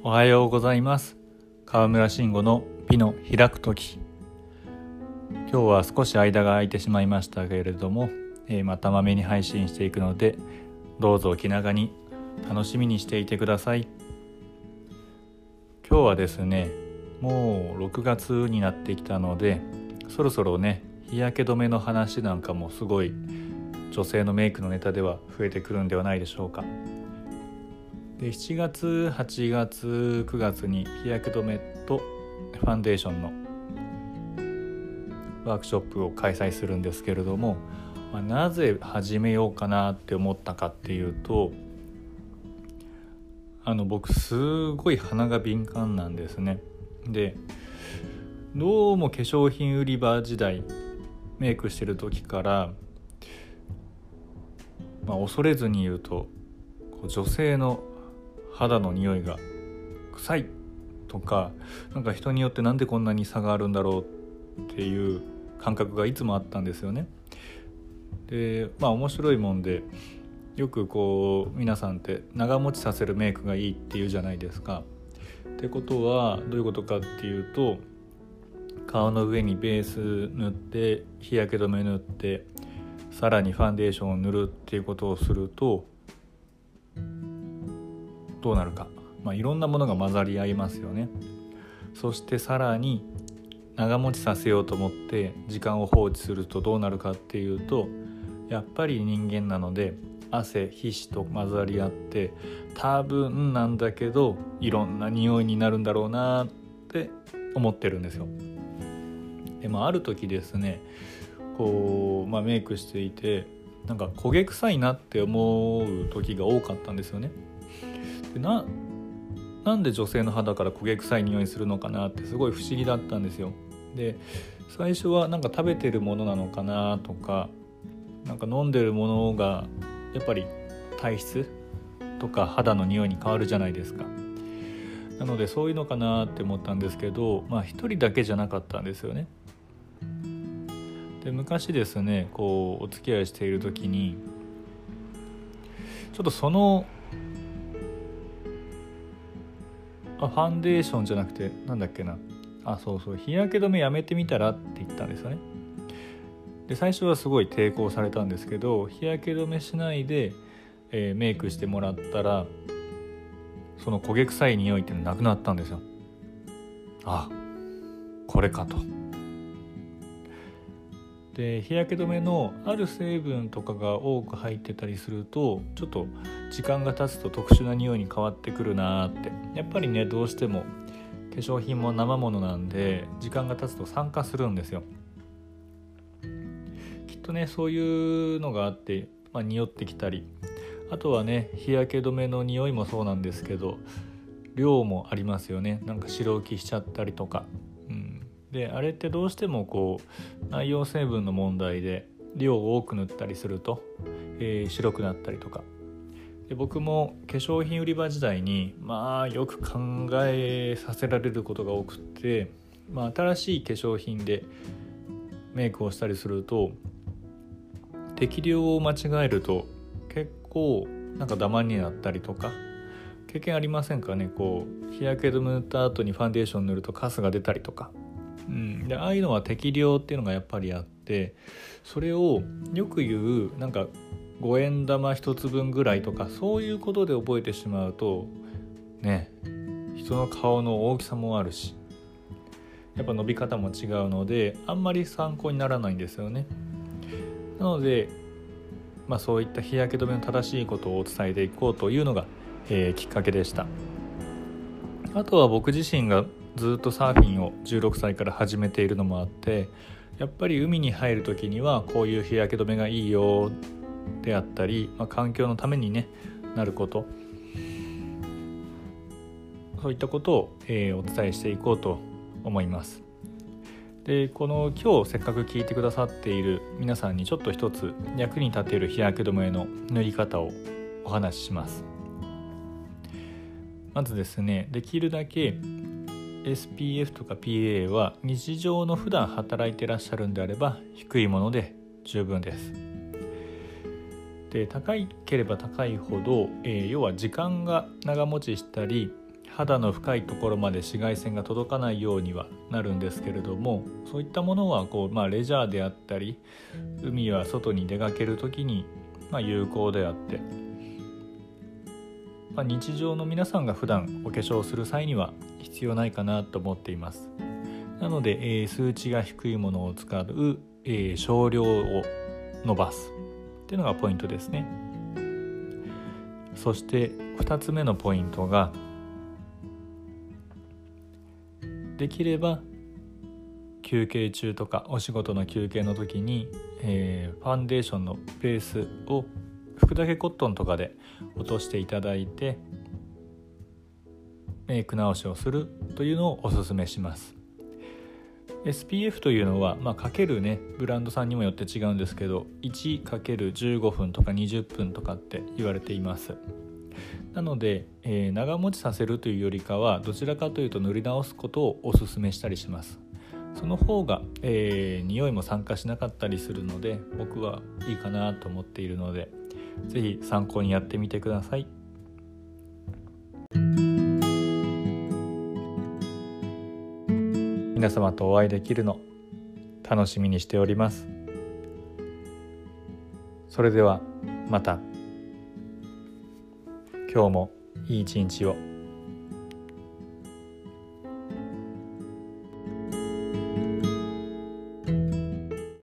おはようございます。川村慎吾の美の開く時。今日は少し間が空いてしまいましたけれども、またまめに配信していくので、どうぞ気長に楽しみにしていてください。今日はですね、もう6月になってきたので、そろそろね、日焼け止めの話なんかもすごい女性のメイクのネタでは増えてくるんではないでしょうか。で7月、8月、9月に日焼け止めとファンデーションのワークショップを開催するんですけれども、なぜ始めようかなって思ったかっていうと、僕すごい鼻が敏感なんですね。でどうも化粧品売り場時代メイクしてる時から、恐れずに言うと女性の肌の匂いが臭いとか、なんか人によってなんでこんなに差があるんだろうっていう感覚がいつもあったんですよね。で面白いもんで、よく皆さんって長持ちさせるメイクがいいっていうじゃないですか。ってことはどういうことかっていうと、顔の上にベース塗って日焼け止め塗ってさらにファンデーションを塗るっていうことをするとどうなるか、いろんなものが混ざり合いますよね。そしてさらに長持ちさせようと思って時間を放置するとどうなるかっていうと、やっぱり人間なので汗皮脂と混ざり合って、多分なんだけどいろんな匂いになるんだろうなって思ってるんですよ。である時ですね、メイクしていてなんか焦げ臭いなって思う時が多かったんですよね。でなんで女性の肌から焦げ臭い匂いするのかなってすごい不思議だったんですよ。で最初はなんか食べてるものなのかなとか、なんか飲んでるものがやっぱり体質とか肌の匂いに変わるじゃないですか。なのでそういうのかなって思ったんですけど、一人だけじゃなかったんですよね。で昔ですね、お付き合いしている時にちょっとそのファンデーションじゃなくてなんだっけな、日焼け止めやめてみたらって言ったんですよね。で最初はすごい抵抗されたんですけど、日焼け止めしないで、メイクしてもらったらその焦げ臭い匂いっていうのなくなったんですよ。これかと。で日焼け止めのある成分とかが多く入ってたりすると、ちょっと時間が経つと特殊な匂いに変わってくるなって。やっぱりね、どうしても化粧品も生ものなんで時間が経つと酸化するんですよ。きっとね、そういうのがあって、匂ってきたり、あとはね、日焼け止めの匂いもそうなんですけど、量もありますよね。なんか白浮きしちゃったりとか、であれってどうしても内容成分の問題で量を多く塗ったりすると、白くなったりとか。で僕も化粧品売り場時代によく考えさせられることが多くて、新しい化粧品でメイクをしたりすると、適量を間違えると結構なんかダマになったりとか、経験ありませんかね。日焼け止め塗った後にファンデーション塗るとカスが出たりとか、でああいうのは適量っていうのがやっぱりあって、それをよく言うなんか5円玉一つ分ぐらいとか、そういうことで覚えてしまうとね、人の顔の大きさもあるし、やっぱ伸び方も違うのであんまり参考にならないんですよね。なのでそういった日焼け止めの正しいことを伝えていこうというのが、きっかけでした。あとは僕自身がずっとサーフィンを16歳から始めているのもあって、やっぱり海に入る時にはこういう日焼け止めがいいよであったり、環境のためにねなること、そういったことを、お伝えしていこうと思います。で今日せっかく聞いてくださっている皆さんにちょっと一つ役に立てる日焼け止めの塗り方をお話しします。まずですね、できるだけ SPF とか PA は日常の普段働いてらっしゃるんであれば低いもので十分です。で高ければ高いほど、要は時間が長持ちしたり肌の深いところまで紫外線が届かないようにはなるんですけれども、そういったものはレジャーであったり海は外に出かけるときに有効であって、日常の皆さんが普段お化粧する際には必要ないかなと思っています。なので、数値が低いものを使う、少量を伸ばすっていうのがポイントですね。そして2つ目のポイントが、できれば休憩中とかお仕事の休憩の時に、ファンデーションのベースを拭くだけコットンとかで落としていただいてメイク直しをするというのをおすすめします。 SPF というのは、かけるねブランドさんにもよって違うんですけど 1×15 分とか20分とかって言われています。なので、長持ちさせるというよりかはどちらかというと塗り直すことをおすすめしたりします。その方が、匂いも酸化しなかったりするので僕はいいかなと思っているので、ぜひ参考にやってみてください。皆様とお会いできるの楽しみにしております。それではまた。今日もいい一日を。